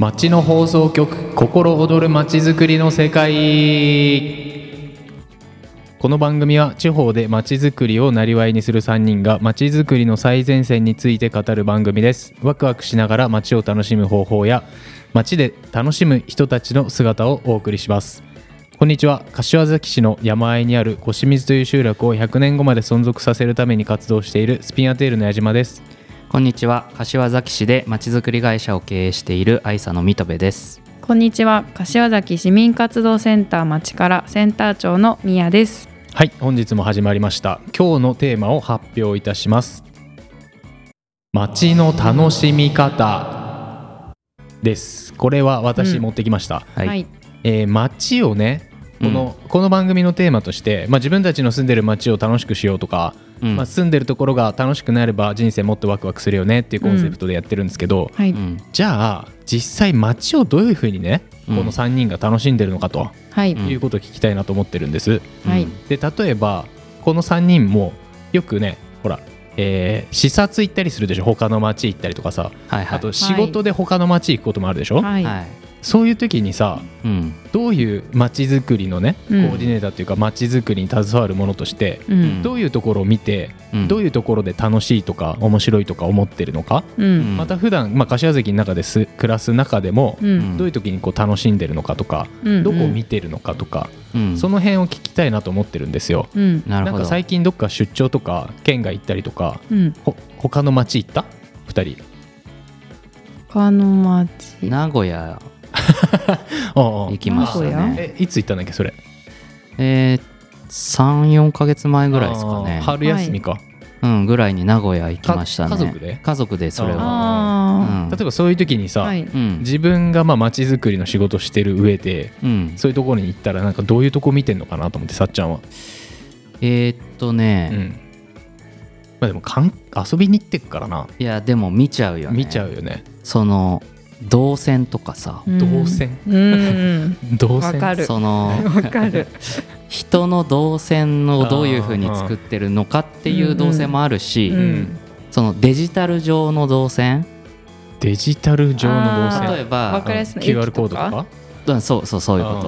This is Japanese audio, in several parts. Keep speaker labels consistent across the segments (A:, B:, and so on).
A: 町の放送局、心躍る町づくりの世界。この番組は地方で町づくりを生業にする3人が町づくりの最前線について語る番組です。ワクワクしながら町を楽しむ方法や町で楽しむ人たちの姿をお送りします。こんにちは。柏崎市の山あいにある越水という集落を100年後まで存続させるために活動しているスピンアテールの矢島です。
B: こんにちは。柏崎市でまちづくり会社を経営している愛佐の水戸部です。
C: こんにちは。柏崎市民活動センター町からセンター長の宮です。
A: はい、本日も始まりました。今日のテーマを発表いたします。町の楽しみ方です。これは私持ってきました。
C: はい。
A: 町をね、この番組のテーマとして、自分たちの住んでる町を楽しくしようとか、住んでるところが楽しくなれば人生もっとワクワクするよねっていうコンセプトでやってるんですけど、じゃあ実際町をどういうふうにね、この3人が楽しんでるのかと、いうことを聞きたいなと思ってるんです。で、例えばこの3人もよくね、ほら、視察行ったりするでしょ。他の町行ったりとかさ、あと仕事で他の町行くこともあるでしょ。そういう時にさ、どういう街づくりのね、コーディネーターというか街づくりに携わるものとして、どういうところを見て、どういうところで楽しいとか面白いとか思ってるのか、また普段、柏崎の中で暮らす中でも、どういう時にこう楽しんでるのかとか、どこを見てるのかとか、その辺を聞きたいなと思ってるんですよ。なんか最近どっか出張とか県外行ったりとか、他の町行った2人。
C: 他の町、
B: 名古屋行きましたね。
A: いつ行ったんだっけそれ。
B: 3、4ヶ月前ぐらいですかね。
A: 春休みか、
B: ぐらいに名古屋行きましたね。家族でそれは、
A: 例えばそういう時にさ、自分が街づくりの仕事してる上で、そういうところに行ったらなんかどういうとこ見てんのかなと思って。さっちゃんは
B: で
A: も遊びに行ってっからな。
B: いやでも見ちゃうよね。その動線とかさ、
A: 動線
C: わかる。
B: その人の動線をどういう風に作ってるのかっていう動線もあるし、そのデジタル上の動線、
A: 例えば
C: 分かりやすい
A: QR コードとか、
B: そういうこと、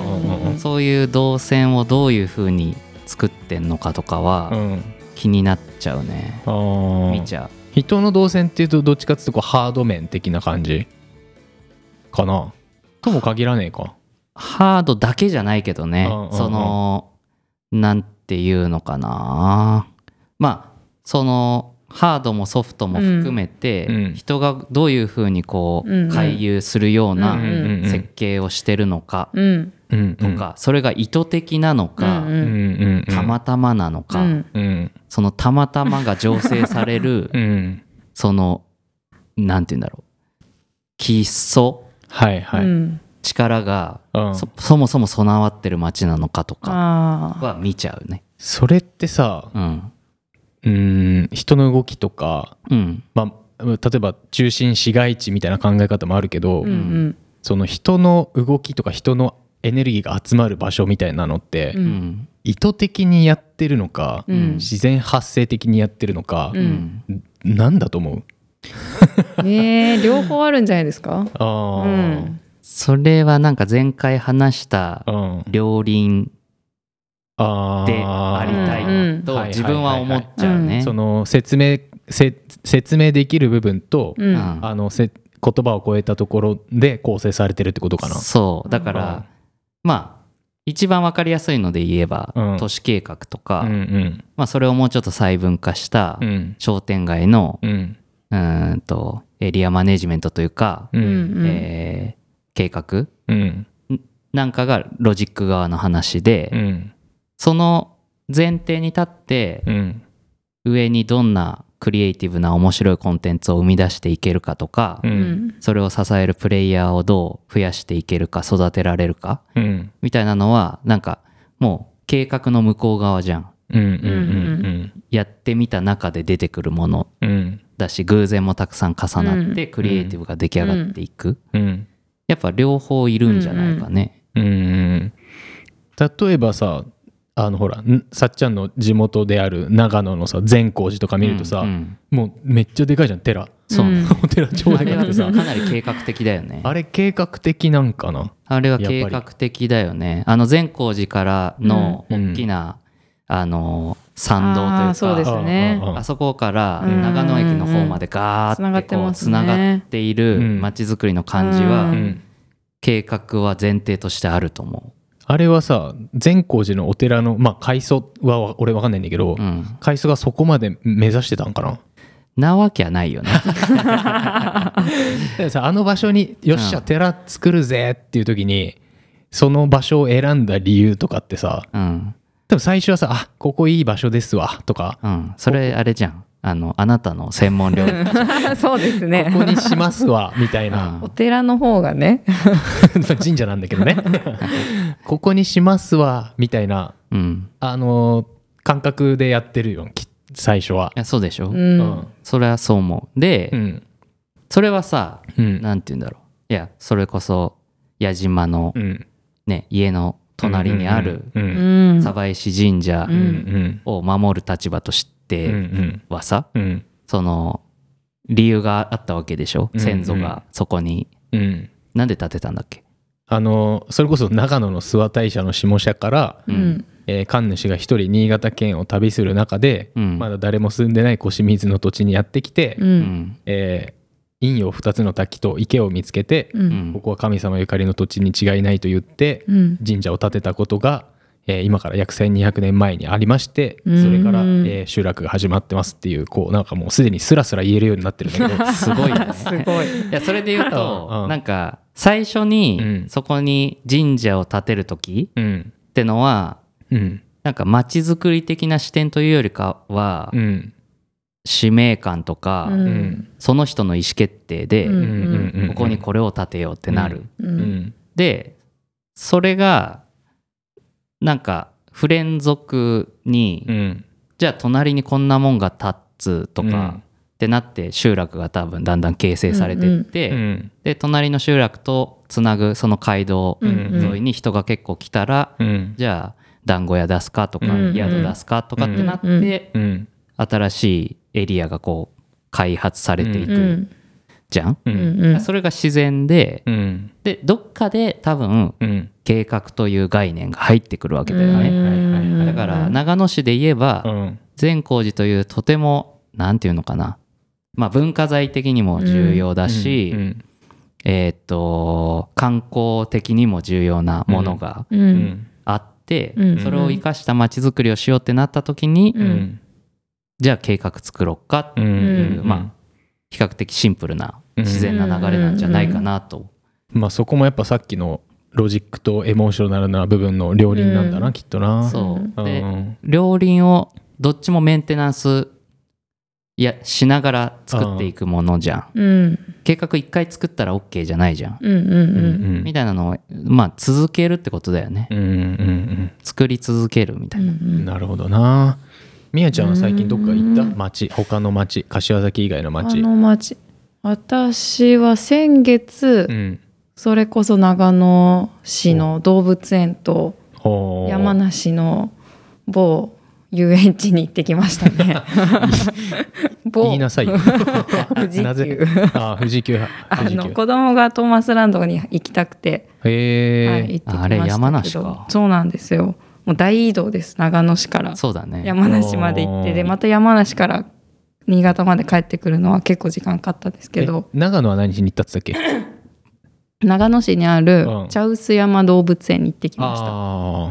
B: そういう動線をどういう風に作ってんのかとかは気になっちゃうね。見ちゃう。
A: 人の動線っていうとどっちかっていうとハード面的な感じかなとも限らねえか。
B: ハードだけじゃないけどね、そのなんていうのかな、そのハードもソフトも含めて、人がどういうふうにこう回遊するような設計をしてるのかとか、それが意図的なのか、たまたまなのか、そのたまたまが醸成されるそのなんていうんだろう、基礎、力が、そもそも備わってる街なのかとかは見ちゃうね。
A: それってさ、人の動きとか、例えば中心市街地みたいな考え方もあるけど、その人の動きとか人のエネルギーが集まる場所みたいなのって、意図的にやってるのか、自然発生的にやってるのか、なんだと思う？
C: 両方あるんじゃないですか。
B: それはなんか前回話した両輪でありたいと自分は思っちゃうね。
A: その説明できる部分と、言葉を超えたところで構成されてるってことかな。
B: そうだから、一番わかりやすいので言えば、都市計画とか、それをもうちょっと細分化した商店街の、エリアマネジメントというか、計画、なんかがロジック側の話で、その前提に立って、上にどんなクリエイティブな面白いコンテンツを生み出していけるかとか、それを支えるプレイヤーをどう増やしていけるか、育てられるか、みたいなのはなんかもう計画の向こう側じゃん。やってみた中で出てくるものだし、偶然もたくさん重なってクリエイティブが出来上がっていく。やっぱ両方いるんじゃないかね。
A: 例えばさ、ほらさっちゃんの地元である長野のさ善光寺とか見るとさ、もうめっちゃでかいじゃん寺。
B: そう、
A: お寺超でかくてさ、
B: あれはかなり計画的だよね。
A: あれ計画的なんかな。
B: あれは計画的だよね。善光寺からの大きな、参道というか、
C: そうですね。
B: あそこから長野駅の方までガーってこうつながっている街づくりの感じは、計画は前提としてあると思う。
A: あれはさ、善光寺のお寺の、階層は俺分かんないんだけど、階層がそこまで目指してたんかな。
B: なわけはないよね。
A: さ、あの場所によっしゃ寺作るぜっていう時にその場所を選んだ理由とかってさ、多分最初はさ、あ、ここいい場所ですわとか、
B: それあれじゃん、あなたの専門領域
C: そうですね、
A: ここにしますわみたいな、
C: お寺の方がね
A: 神社なんだけどねここにしますわみたいな、感覚でやってるよ最初は。
B: いやそうでしょ、それはそう思う。で、それはさ、なんて言うんだろう、いやそれこそ矢島の、家の隣にある鯖江市神社を守る立場としてはさ、その理由があったわけでしょ、先祖がそこに、なんで建てたんだっけ。
A: それこそ長野の諏訪大社の下社から、神主が一人新潟県を旅する中で、まだ誰も住んでない腰水の土地にやってきて、陰陽2つの滝と池を見つけて、ここは神様ゆかりの土地に違いないと言って、神社を建てたことが、今から約1200年前にありまして、それから、集落が始まってますっていう、こうなんかもうすでにスラスラ言えるようになってるんだけど
B: すごいね
C: すごい。
B: いやそれで言うと、なんか最初にそこに神社を建てる時ってのは、なんか街づくり的な視点というよりかは、使命感とか、その人の意思決定で、ここにこれを建てようってなる、でそれがなんか不連続に、じゃあ隣にこんなもんが建つとか、ってなって集落が多分だんだん形成されていって、で隣の集落とつなぐその街道沿いに人が結構来たら、じゃあ団子屋出すかとか、宿出すかとかってなって、新しいエリアがこう開発されていくじゃん、それが自然で、でどっかで多分、計画という概念が入ってくるわけだよね。だから長野市で言えば、善光寺というとてもなんていうのかな、文化財的にも重要だし、観光的にも重要なものがあって、それを生かした街づくりをしようってなった時に、じゃあ計画作ろうかっていう、比較的シンプルな自然な流れなんじゃないかなと。
A: そこもやっぱさっきのロジックとエモーショナルな部分の両輪なんだな、きっとな。
B: そうで、両輪をどっちもメンテナンスしながら作っていくものじゃん、計画一回作ったら OK じゃないじゃん、みたいなのを続けるってことだよね、作り続けるみたいな、
A: なるほどな。みやちゃんは最近どっか行った町、他の町、柏崎以外の町。
C: 私は先月、それこそ長野市の動物園と山梨の某遊園地に行ってきましたね
A: 言いなさい
C: 富士急
A: 富士急
C: 子供がトーマスランドに行きたくて、行ってきましたけど。
B: あれ山梨か。
C: そうなんですよ。もう大移動です、長野市から。
B: そうだね、
C: 山梨まで行って、でまた山梨から新潟まで帰ってくるのは結構時間かかったんですけど。
A: 長野は何しに行ったって言ったっけ
C: 長野市にある茶臼山動物園に行ってきました。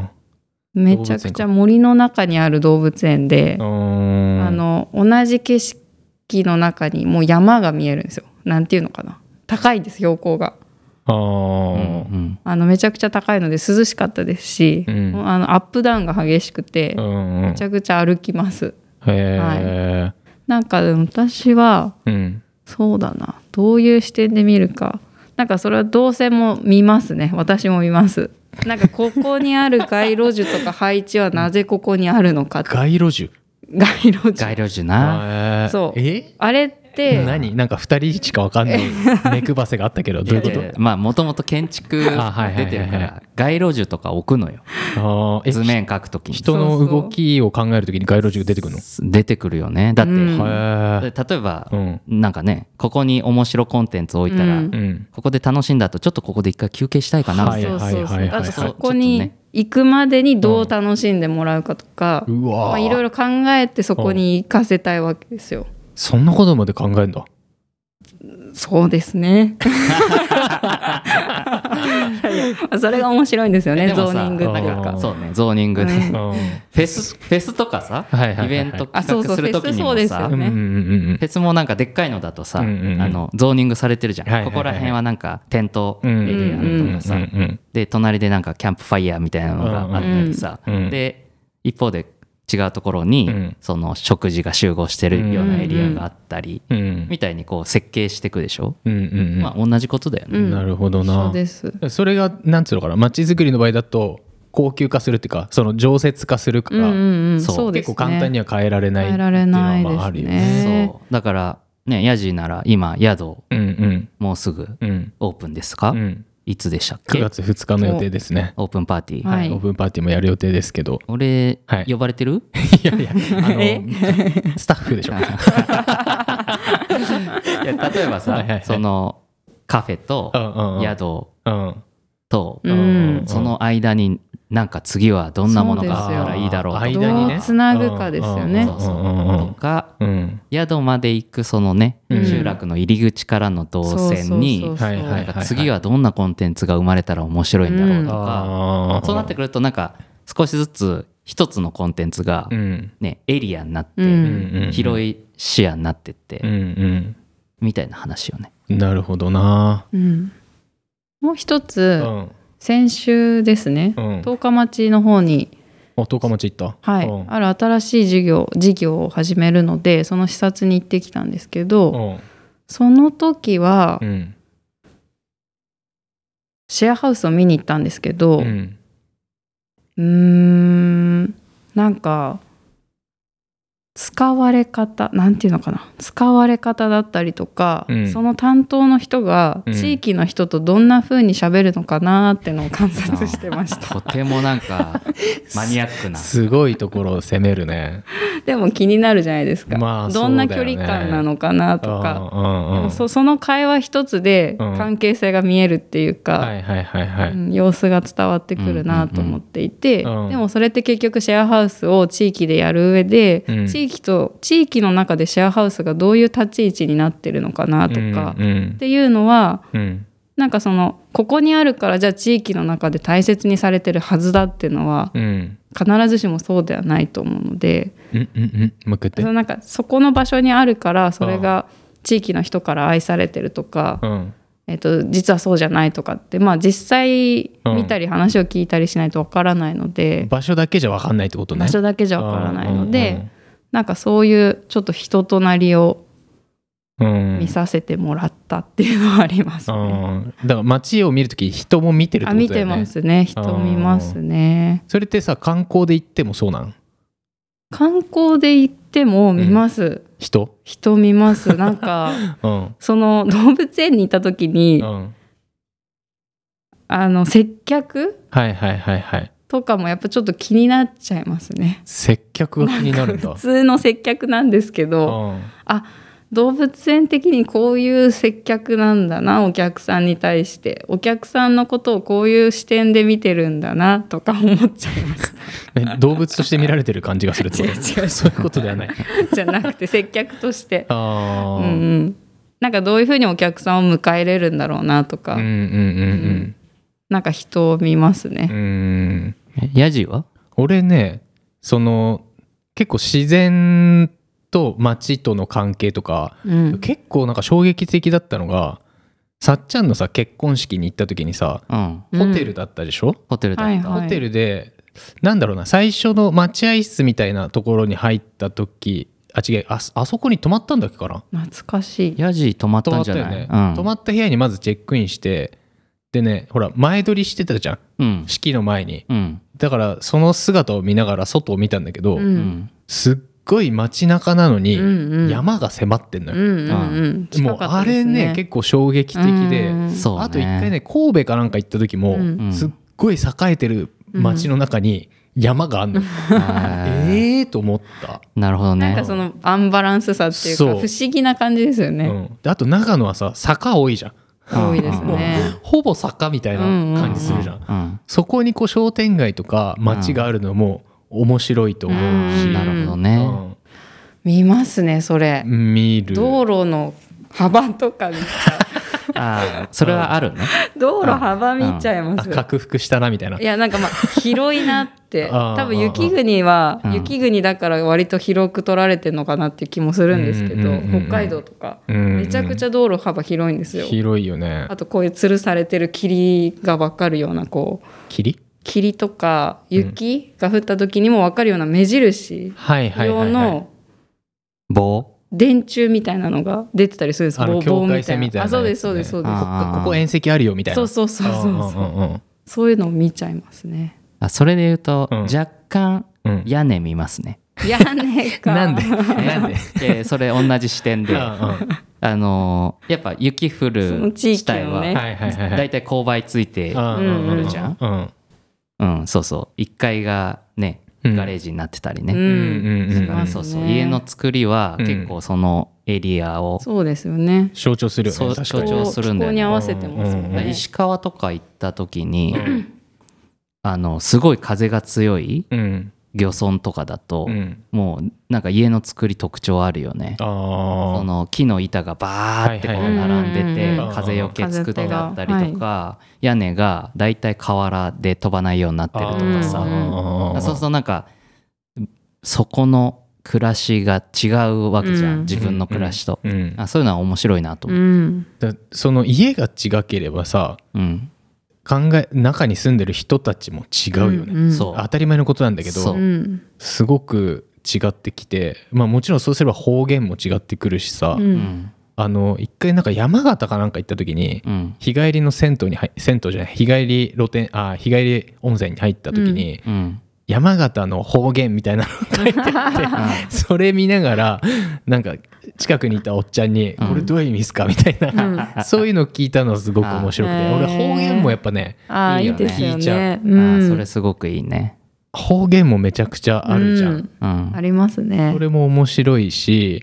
C: めちゃくちゃ森の中にある動物園で、同じ景色の中にもう山が見えるんですよ。なんていうのかな、高いんです、標高が。めちゃくちゃ高いので涼しかったですし、アップダウンが激しくて、めちゃくちゃ歩きます。なんかでも私は、そうだな、どういう視点で見るか、なんかそれは動線も見ますね。私も見ます。なんかここにある街路樹とか配置はなぜここにあるのか。
A: 街路樹
B: 街路樹な。
C: そう、あれって
A: なんか2人しか分かんない目くばせがあったけどどういうこと？
B: まあもともと建築出てるから街路樹とか置くのよ。図面描くときに
A: 人の動きを考えるときに街路樹出てくるの？
B: 出てくるよね。だって、例えば、なんかねここに面白コンテンツ置いたら、ここで楽しんだ後ちょっとここで一回休憩したいかなみたいな。
C: そこに行くまでにどう楽しんでもらうかとか、いろいろ考えてそこに行かせたいわけですよ。
A: そんなことまで考えるんだ。
C: そうですねそれが面白いんですよね。ゾーニングっていうか。
B: そうね、ゾーニングで、フェスとかさ、イベント企画するときにもさ、フェスもなんかでっかいのだとさ、ゾーニングされてるじゃん。ここら辺はなんかテントエリアとかさ、で隣でなんかキャンプファイヤーみたいなのがあったりさ、で一方で違うところにその食事が集合してるようなエリアがあったりみたいにこう設計していくでしょ。まあ同じことだよね。
A: なるほどな。
C: そうです。
A: それがなんつうのかな、街づくりの場合だと高級化するっていうか、その常設化するから、そう結構簡単には変えられないっていうのはあるよね。
B: そうだからね、ヤジなら今宿もうすぐオープンですか？いつでしたっけ？
A: 9月2日の予定ですね。
B: オープンパーティー、
A: はい、オープンパーティーもやる予定ですけど。
B: 俺、呼ばれてる？
A: いやいや、スタッフでしょ。いや
B: 例えばさ、そのカフェと宿とその間になんか次はどんなものがあったらいいだろうとか、
C: どうつなぐかですよね。
B: とか、宿まで行くそのね、集落の入り口からの動線に次はどんなコンテンツが生まれたら面白いんだろうとか、そうなってくるとなんか少しずつ一つのコンテンツがね、エリアになって広い視野になってってみたいな話よね。
A: なるほどな。
C: もう一つ、先週ですね、十日町の方に
A: 十日町行った、
C: はい、ある新しい事業を始めるので、その視察に行ってきたんですけど、その時は、シェアハウスを見に行ったんですけど、なんか使われ方なんていうのかな、使われ方だったりとか、その担当の人が地域の人とどんな風に喋るのかなってのを観察してました。
B: とてもなんかマニアックな
A: すごいところを攻めるね。
C: でも気になるじゃないですか、まあそうだよね、どんな距離感なのかなとか、でもその会話一つで関係性が見えるっていうか、様子が伝わってくるなと思っていて、でもそれって結局シェアハウスを地域でやる上で、地域の中でシェアハウスがどういう立ち位置になってるのかなとか、っていうのは、なんかそのここにあるからじゃあ地域の中で大切にされてるはずだっていうのは、必ずしもそうではないと思うので、なんかそこの場所にあるからそれが地域の人から愛されてるとか、実はそうじゃないとかって、まあ実際見たり話を聞いたりしないとわからないので、
A: 場所だけじゃわかんないってことね。
C: 場所だけじゃわからないので、なんかそういうちょっと人となりを見させてもらったっていうのはありますね。
A: だから街を見るとき人も見てるってことだよね。
C: 見てますね、人見ますね。
A: それってさ、観光で行ってもそうなの？
C: 観光で行っても見ます、
A: 人
C: 見ます。なんか、その動物園に行った時に、接客、とかもやっぱちょっと気になっちゃいますね。
A: 接客が気になるんだ。
C: 普通の接客なんですけど、動物園的にこういう接客なんだな、お客さんに対してお客さんのことをこういう視点で見てるんだなとか思っちゃいます。
A: 動物として見られてる感じがするってこと？違うそういうことではない
C: じゃなくて接客としてなんかどういうふうにお客さんを迎え入れるんだろうなとか、なんか人を見ますね。
B: ヤジは？
A: 俺ね、その結構自然と街との関係とか、結構なんか衝撃的だったのが、さっちゃんのさ結婚式に行った時にさ、ホテルだったでしょ？
B: ホテルだった、
A: ホテルでなんだろうな、最初の待合室みたいなところに入った時、あそこに泊まったんだっけかな。
C: 懐かしい。
B: ヤジ泊まったんじゃない？
A: 泊まった部屋にまずチェックインして、でね、ほら前撮りしてたじゃん、式の前に、だからその姿を見ながら外を見たんだけど、すっごい街中なのに山が迫ってんのよ。もうあれね結構衝撃的で、あと一回ね神戸かなんか行った時もすっごい栄えてる街の中に山があんの。と思った。
B: なるほどね。
C: なんかそのアンバランスさっていうか不思議な感じですよね。
A: あと長野はさ坂多いじゃん。
C: 多いですね。
A: ほぼ坂みたいな感じするじゃん。そこにこう商店街とか街があるのも面白いと思うし。
B: なるほどね。
C: 見ますねそれ。
A: 見る。
C: 道路の幅とか見ちゃう。
B: それはあるね。
C: 道路幅見ちゃいます。
A: 克服したなみたいな。
C: いやなんかまあ広いなって多分雪国は雪国だから割と広く取られてるのかなっていう気もするんですけど、北海道とかめちゃくちゃ道路幅広いんですよ。
A: 広いよね。
C: あとこういう吊るされてる霧が分かるようなこう霧とか雪が降った時にも分かるような目印用の
B: 棒
C: 電柱みたいなのが出てたりするんです。
A: 境界線みたいな。
C: そうですそうです。こ
A: こ縁石あるよみたいな。
C: そうそういうのを見ちゃいますね。
B: それで言うと若干屋根見ますね。
C: 屋根か。
A: なんで
B: それ同じ視点でやっぱ雪降る地帯はだいたい勾配ついてるじゃん。そうそう1階がねガレージになってたりね。そうそう家の作りは結構そのエリアを
C: そうですよね
A: 象徴するよね。
B: 象徴するんだよね。
C: 気候に合わせてますよね。
B: 石川とか行った時にすごい風が強い漁村とかだともうなんか家の作り特徴あるよね。その木の板がバーってこう並んでて風よけ作ってあったりとか屋根がだいたい瓦で飛ばないようになってるとかさ、そうするとなんかそこの暮らしが違うわけじゃん、自分の暮らしと。そういうのは面白いなと思う。
A: その家が違ければさ、中に住んでる人たちも違うよね。当たり前のことなんだけどすごく違ってきて、もちろんそうすれば方言も違ってくるしさ、一回なんか山形かなんか行った時に日帰りの銭湯じゃない日帰り温泉に入った時に山形の方言みたいなのが書いてあってそれ見ながらなんか近くにいたおっちゃんにこれどういう意味ですかみたいなそういうのを聞いたのすごく面白くて、俺方言もやっぱね
C: いいよね、聞いちゃ
B: う。それすごくいいね。
A: 方言もめちゃくちゃあるじゃん。
C: ありますね。
A: それも面白いし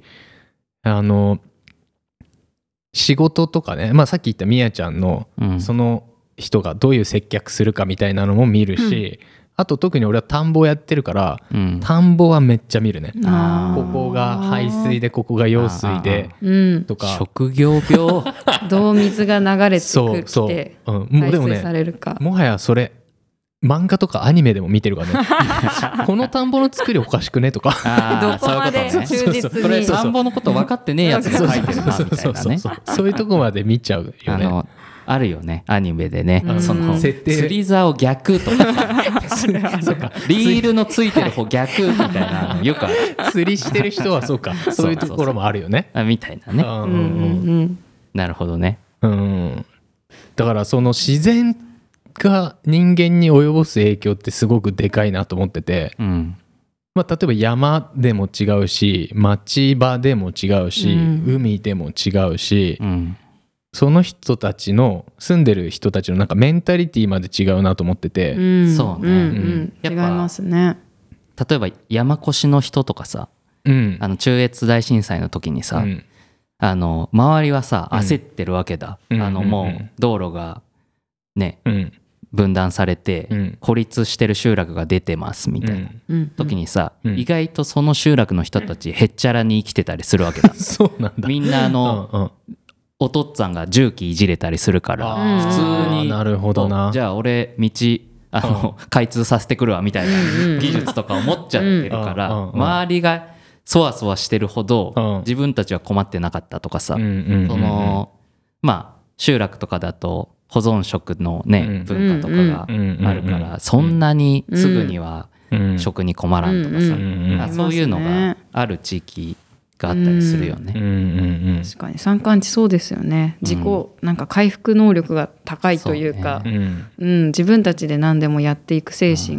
A: 仕事とかね、さっき言ったみやちゃんのその人がどういう接客するかみたいなのも見るし、あと特に俺は田んぼやってるから、田んぼはめっちゃ見るね。ここが排水でここが用水でとか、
B: 職業病
C: どう水が流れてきて排水されるか。
A: もはやそれ漫画とかアニメでも見てるからねこの田んぼの作りおかしくねとか
C: どこまで忠実に
B: これ田んぼのこと分かってねえやつが書いてるなみたいなね。
A: そういうとこまで見ちゃうよね。
B: あるよねアニメでね、その釣り竿逆とかさリールのついてる方逆みたいなのよくある。
A: 釣りしてる人はそうかそういうところもあるよね
B: みたいなね。なるほどね。
A: だからその自然が人間に及ぼす影響ってすごくでかいなと思ってて、例えば山でも違うし町場でも違うし、海でも違うし、その人たちの住んでる人たちのなんかメンタリティまで違うなと思ってて、
B: そうね、
C: 違いますね。
B: 例えば山越しの人とかさ、中越大震災の時にさ、周りはさ焦ってるわけだ。もう道路がね、分断されて孤立してる集落が出てますみたいな時にさ、意外とその集落の人たちへっちゃらに生きてたりするわけだ。
A: そうなんだ。
B: みんなお父っつぁんが重機いじれたりするから普通に
A: なるほどな。
B: じゃあ俺道開通させてくるわみたいな技術とかを持っちゃってるから周りがそわそわしてるほど自分たちは困ってなかったとかさ、その集落とかだと保存食のね文化とかがあるからそんなにすぐには食に困らんとかさ、そういうのがある地域があったりするよね。
C: 確かに山間地そうですよね。なんか回復能力が高いというか、自分たちで何でもやっていく精神が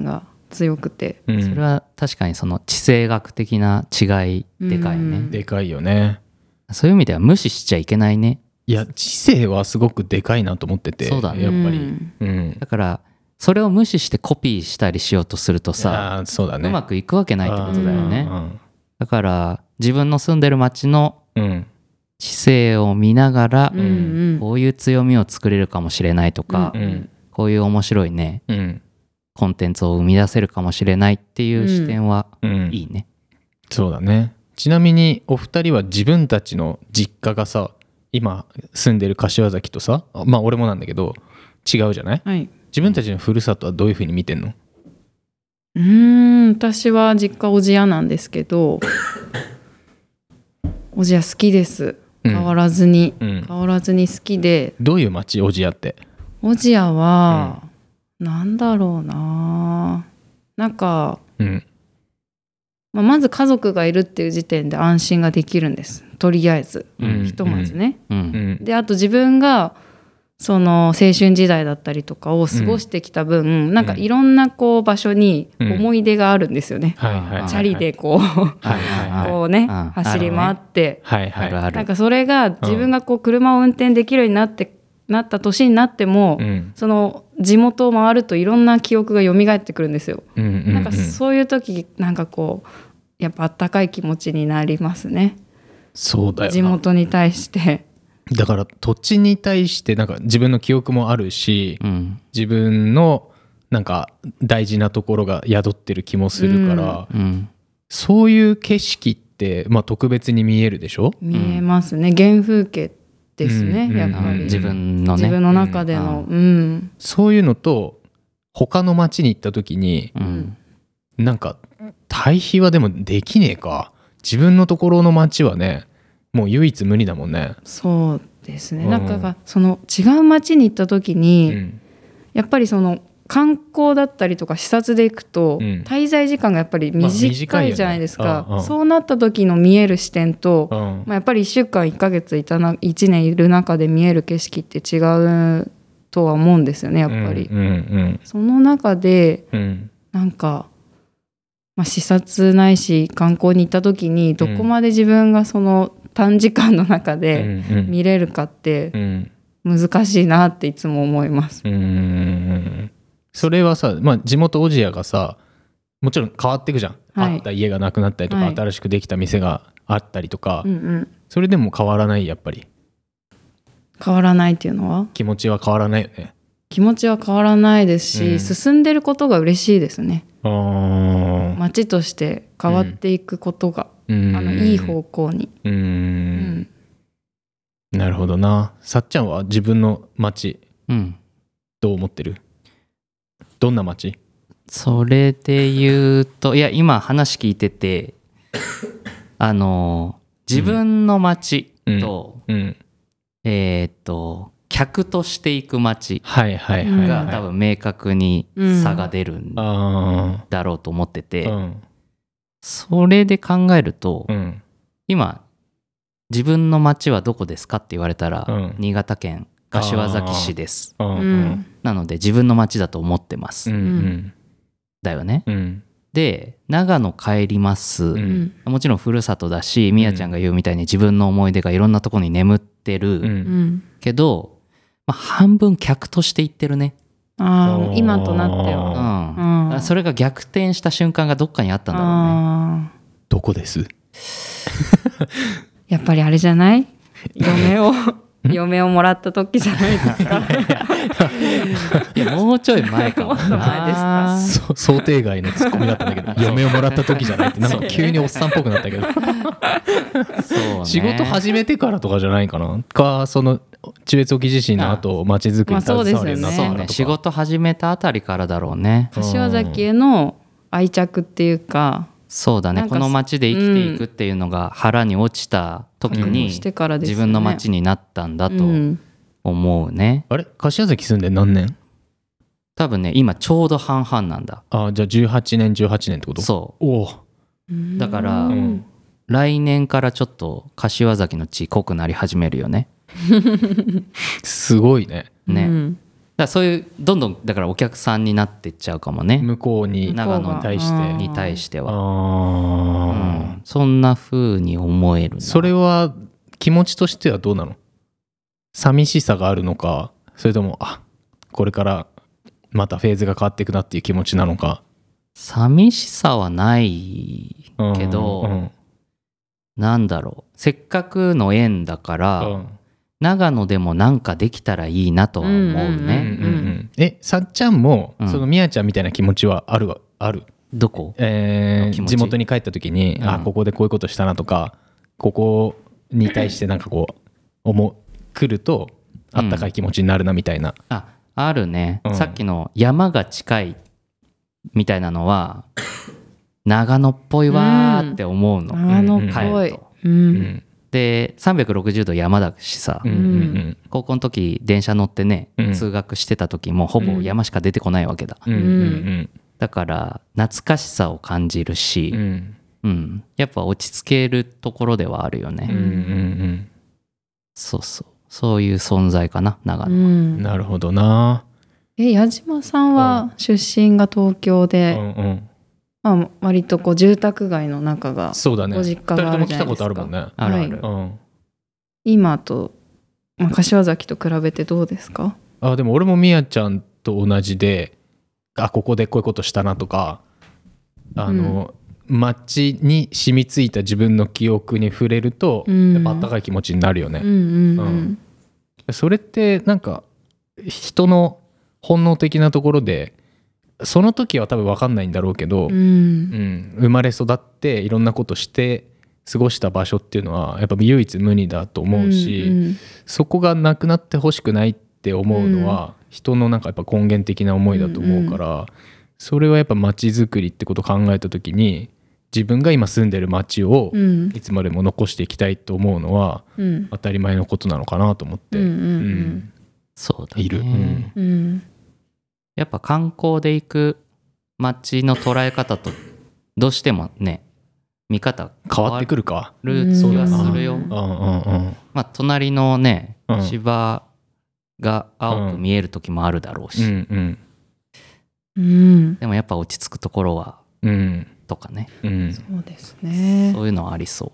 C: 強くて、
B: それは確かにその地政学的な違いでかいね、
A: でかいよね。
B: そういう意味では無視しちゃいけないね。
A: いや知性はすごくでかいなと思ってて、
B: そうだね、
A: やっぱり、
B: だからそれを無視してコピーしたりしようとするとさ、
A: そうだね、
B: うまくいくわけないってことだよね。だから自分の住んでる町の知性を見ながら、こういう強みを作れるかもしれないとか、こういう面白いね、コンテンツを生み出せるかもしれないっていう視点はいいね、
A: そうだね。ちなみにお二人は自分たちの実家がさ、今住んでる柏崎とさ、まあ俺もなんだけど違うじゃない、
C: はい、
A: 自分たちのふるさとはどういうふうに見てんの？
C: 私は実家小千谷なんですけど小千谷好きです。変わらずに、変わらずに好きで。
A: どういう町小千谷って？
C: 小千谷は、なんだろうな、なんか、まず家族がいるっていう時点で安心ができるんです、とりあえず、ひとまずね、であと自分がその青春時代だったりとかを過ごしてきた分、なんかいろんなこう場所に思い出があるんですよね、チャリでこうこうね走り回って、なんかそれが自分がこう車を運転できるようになった年になっても、その地元を回るといろんな記憶が蘇ってくるんですよ、なんかそういう時なんかこうやっぱあったかい気持ちになりますね。
A: そうだよな、
C: 地元に対して。
A: だから土地に対してなんか自分の記憶もあるし、自分のなんか大事なところが宿ってる気もするから、そういう景色って、まあ、特別に見えるでしょ？
C: 見えますね、原風景ですね、やっぱり
B: 自分のね、
C: 自分の中での、
A: そういうのと他の町に行った時に、なんか対比はでもできねえか。自分のところの町はねもう唯一無二だもんね。
C: そうですね、なんかその違う町に行った時に、やっぱりその観光だったりとか視察で行くと、滞在時間がやっぱり短いじゃないですか、そうなった時の見える視点と、やっぱり1週間1ヶ月1年いる中で見える景色って違うとは思うんですよね、やっぱり、その中で、なんか視察ないし観光に行った時にどこまで自分がその短時間の中で見れるかって難しいなっていつも思います。
A: それはさ、地元小千谷がさもちろん変わっていくじゃん、あった家がなくなったりとか、新しくできた店があったりとか、それでも変わらない。やっぱり
C: 変わらないっていうのは
A: 気持ちは変わらないよね。
C: 気持ちは変わらないですし、進んでることが嬉しいですね。街として変わっていくことが、いい方向に。
A: なるほどな。さっちゃんは自分の街、どう思ってる？どんな街？
B: それで言うと、いや今話聞いてて自分の街と、客としていく街が多分明確に差が出るんだろうと思ってて、それで考えると、今自分の街はどこですかって言われたら、新潟県柏崎市です、なので自分の街だと思ってます、だよね、で長野帰ります、もちろんふるさとだし、みやちゃんが言うみたいに自分の思い出がいろんなとこに眠ってる、けど半分客として言ってるね。
C: 今となっては、
B: それが逆転した瞬間がどっかにあったんだろうね。
A: どこです？
C: やっぱりあれじゃない？嫁をもらった時じゃないですか。
B: いやもうちょい前かも。
C: もっと前ですか。
A: 想定外のツッコミだったんだけど、嫁をもらった時じゃないってなんか急におっさんっぽくなったけど。そうね、仕事始めてからとかじゃないかな。その中越沖地震の後街づくりに携わるようになったからとか。
B: 仕事始めたあたりからだろうね。
C: 柏崎への愛着っていうか。
B: そうだね、この街で生きていくっていうのが腹に落ちた時に自分の街になったんだと思うね。
A: あれ柏崎住んで何年？
B: 多分ね今ちょうど半々なんだ。
A: じゃあ18年ってこと？
B: そう。だから、来年からちょっと柏崎の地濃くなり始めるよね。
A: すごいね。
B: だそういうどんどんだからお客さんになっていっちゃうかもね、
A: 向こうに
B: 長野
A: に
B: 対しては、そんな風に思えるな。
A: それは気持ちとしてはどうなの？寂しさがあるのか、それともこれからまたフェーズが変わっていくなっていう気持ちなのか。
B: 寂しさはないけど、なんだろう、せっかくの縁だから、長野でもなんかできたらいいなとは思うね。
A: さっちゃんも、そのみやちゃんみたいな気持ちはある？
B: どこ？
A: 地元に帰った時に、ここでこういうことしたなとか、ここに対してなんかこう来るとあったかい気持ちになるなみたいな。
B: あるね、さっきの山が近いみたいなのは長野っぽいわーって思うの、
C: 長野っぽい。
B: で360度山だしさ、高校の時電車乗ってね、通学してた時もほぼ山しか出てこないわけだ、だから懐かしさを感じるし、やっぱ落ち着けるところではあるよね。そういう存在かな、長野は。
A: なるほどな。
C: 矢島さんは出身が東京で、割とこう住宅街の中がご実家があるじゃないですか。2人とも来たことあるもんね。
B: ある。
C: 今と、柏崎と比べてどうですか？
A: でも俺もみやちゃんと同じで、ここでこういうことしたなとか、街に染みついた自分の記憶に触れると、やっぱあったかい気持ちになるよね。それってなんか人の本能的なところで、その時は多分分かんないんだろうけど、生まれ育っていろんなことして過ごした場所っていうのはやっぱ唯一無二だと思うし、そこがなくなってほしくないって思うのは、人のなんかやっぱ根源的な思いだと思うから、それはやっぱ街づくりってことを考えた時に、自分が今住んでる街をいつまでも残していきたいと思うのは当たり前のことなのかなと思って
B: そうだね。
A: いる。
B: やっぱ観光で行く街の捉え方とどうしてもね、見方
A: 変わってくるか。
B: 気がするよ。隣のね、芝が青く見える時もあるだろうし、でもやっぱ落ち着くところはとかね、
C: そうですね。
B: そういうのはありそう。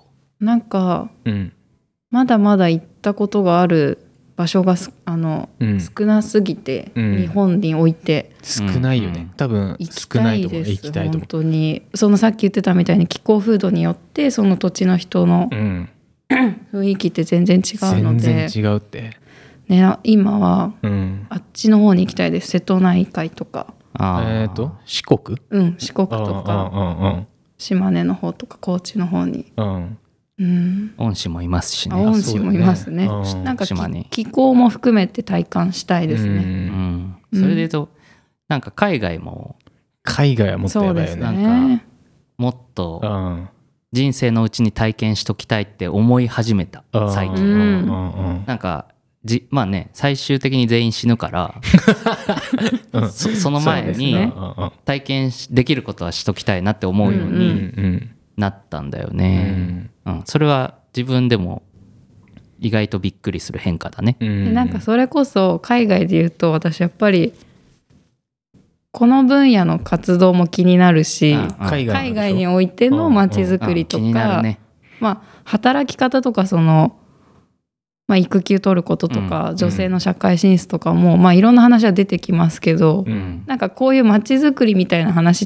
C: なんか、まだまだ行ったことがある場所が少なすぎて、日本において
A: 少ないよね。多分少ないと思う。行きたいと思う。
C: 本当にそのさっき言ってたみたいに気候風土によってその土地の人の雰囲気って全然違うので、
A: 全然違うって、
C: ね、今はあっちの方に行きたいです。瀬戸内海とか
A: 四国、
C: 四国とか島根の方とか高知の方に、
B: 恩師もいますしね。
C: 恩師もいますね。なんか気候も含めて体感したいですね。
B: それで言うとなんか海外はもっとやばいよね。なんかもっと人生のうちに体験しときたいって思い始めた最近。なんかまあね、最終的に全員死ぬからその前に体験できることはしときたいなって思うようになったんだよね。それは自分でも意外とびっくりする変化だね。
C: なんかそれこそ海外で言うと、私やっぱりこの分野の活動も気になるし、海外においての街づくりとか、働き方とか育休取ることとか、女性の社会進出とかも、いろんな話は出てきますけど、なんかこういう街づくりみたいな話って、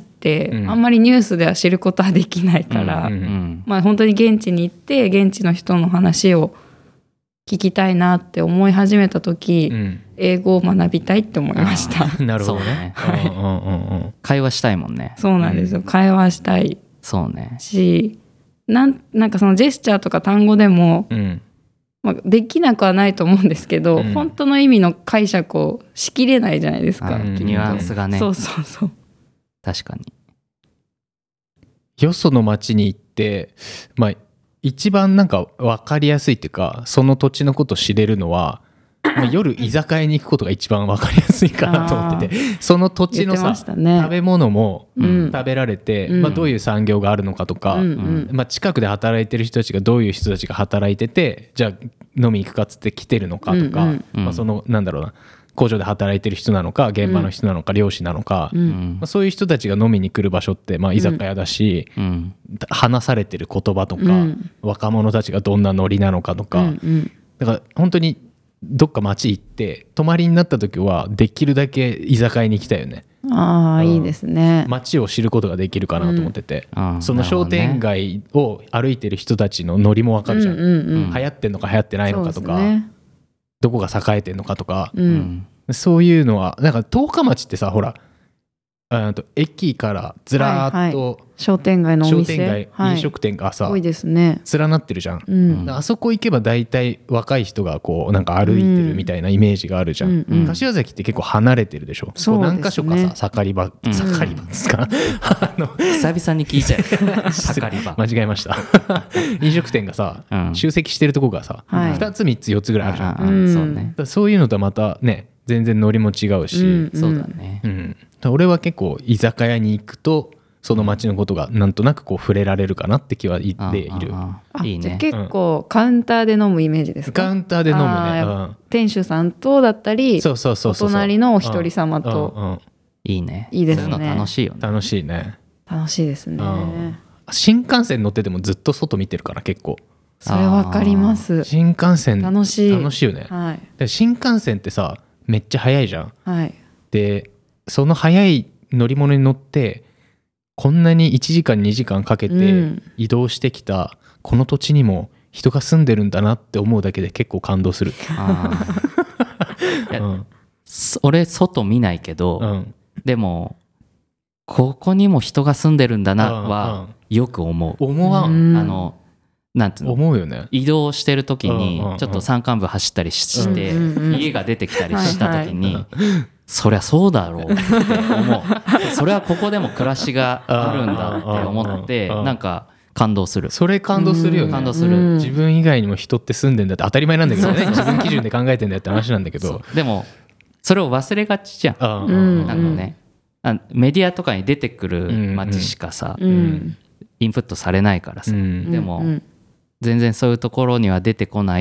C: あんまりニュースでは知ることはできないから、本当に現地に行って現地の人の話を聞きたいなって思い始めた時、英語を学びたいって思いました。
A: なるほどね。
B: 会話したいもんね。
C: そうなんですよ。会話したいし、なんかそのジェスチャーとか単語でも、できなくはないと思うんですけど、本当の意味の解釈をしきれないじゃないですか。
B: ニュアンスがね。
C: そう。
B: 確かに。
A: よその町に行って、一番なんか分かりやすいっていうか、その土地のことを知れるのは、夜居酒屋に行くことが一番分かりやすいかなと思ってて、その土地の食べ物も食べられて、どういう産業があるのかとか、近くで働いてる人たちがどういう人たちが働いてて、じゃあ飲み行くかっつって来てるのかとか、そのなんだろうな、 工場で働いてる人なのか現場の人なのか漁師なのか、そういう人たちが飲みに来る場所って、居酒屋だし、話されてる言葉とか、若者たちがどんなノリなのかとか、だから本当にどっか街行って泊まりになった時はできるだけ居酒屋に行きたいよね。
C: いいですね。
A: 街を知ることができるかなと思ってて、その商店街を歩いてる人たちのノリも分かるじゃん、流行ってんのか流行ってないのかとか、どこが栄えてんのかとか、そういうのはなんか十日町ってさ、ほら駅からずらーっと、
C: 商店街のお店、
A: 商店街、飲食店がさ、
C: 多いですね、
A: 連なってるじゃん、あそこ行けば大体若い人がこうなんか歩いてるみたいなイメージがあるじゃん、柏崎って結構離れてるでしょ。
C: そうですね、
A: 何か所かさ盛り場ですか
B: 久々に聞いたよ盛り場
A: 間違えました飲食店がさ、集積してるとこがさ、2つ3つ4つぐらいあるじゃん、
B: そうね、
A: そういうのとはまたね全然ノリも違うし、
B: そうだね、
A: 俺は結構居酒屋に行くとその街のことがなんとなくこう触れられるかなって気は言っている。
C: いいね。結構カウンターで飲むイメージですか？
A: カウンターで飲むね、
C: 店主さんとだったり、お隣のお一人様と、
B: いいね。
C: いいですね。
B: そういうの楽しいよね。
A: 楽しいね。
C: 楽しいですね。
A: 新幹線乗っててもずっと外見てるから結構。
C: それわかります。
A: 新幹線
C: 楽しい
A: よね、で新幹線ってさめっちゃ早いじゃん、でその早い乗り物に乗ってこんなに1時間2時間かけて移動してきたこの土地にも人が住んでるんだなって思うだけで結構感動する。
B: 俺外見ないけど、でもここにも人が住んでるんだなはよく思う。
A: 思わん。
B: なんていうの、
A: 思うよね。
B: 移動してる時にちょっと山間部走ったりして家が出てきたりした時にそりゃそうだろうって思う。それはここでも暮らしがあるんだって思ってなんか感動する。
A: それ感動するよね。
B: 感動する。
A: 自分以外にも人って住んでんだって当たり前なんだけどね自分基準で考えてんだよって話なんだけど、
B: でもそれを忘れがちじゃん。なんかね、メディアとかに出てくる街しかさインプットされないからさ、でも全然そういうところには出てこない、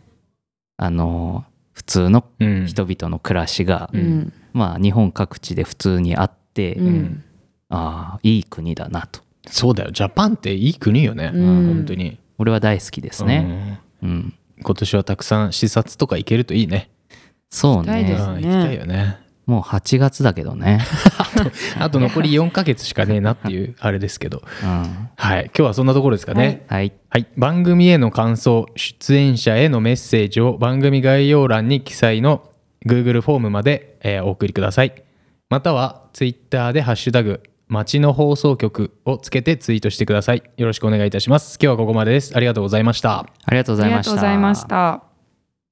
B: 普通の人々の暮らしが、まあ日本各地で普通にあって、いい国だなと。
A: そうだよ、ジャパンっていい国よね、本当に。
B: 俺は大好きですね。
A: 今年はたくさん視察とか行けるといいね。
B: そうね。
A: 行きたいよね。
B: もう8月だけどね
A: あと残り4ヶ月しかねえなっていうあれですけど、はい、今日はそんなところですかね。はい、番組への感想、出演者へのメッセージを番組概要欄に記載の Google フォームまで、お送りください。または Twitter でハッシュタグ町の放送局をつけてツイートしてください。よろしくお願いいたします。今日はここまでです。ありがとうございました。
B: ありがとうございました。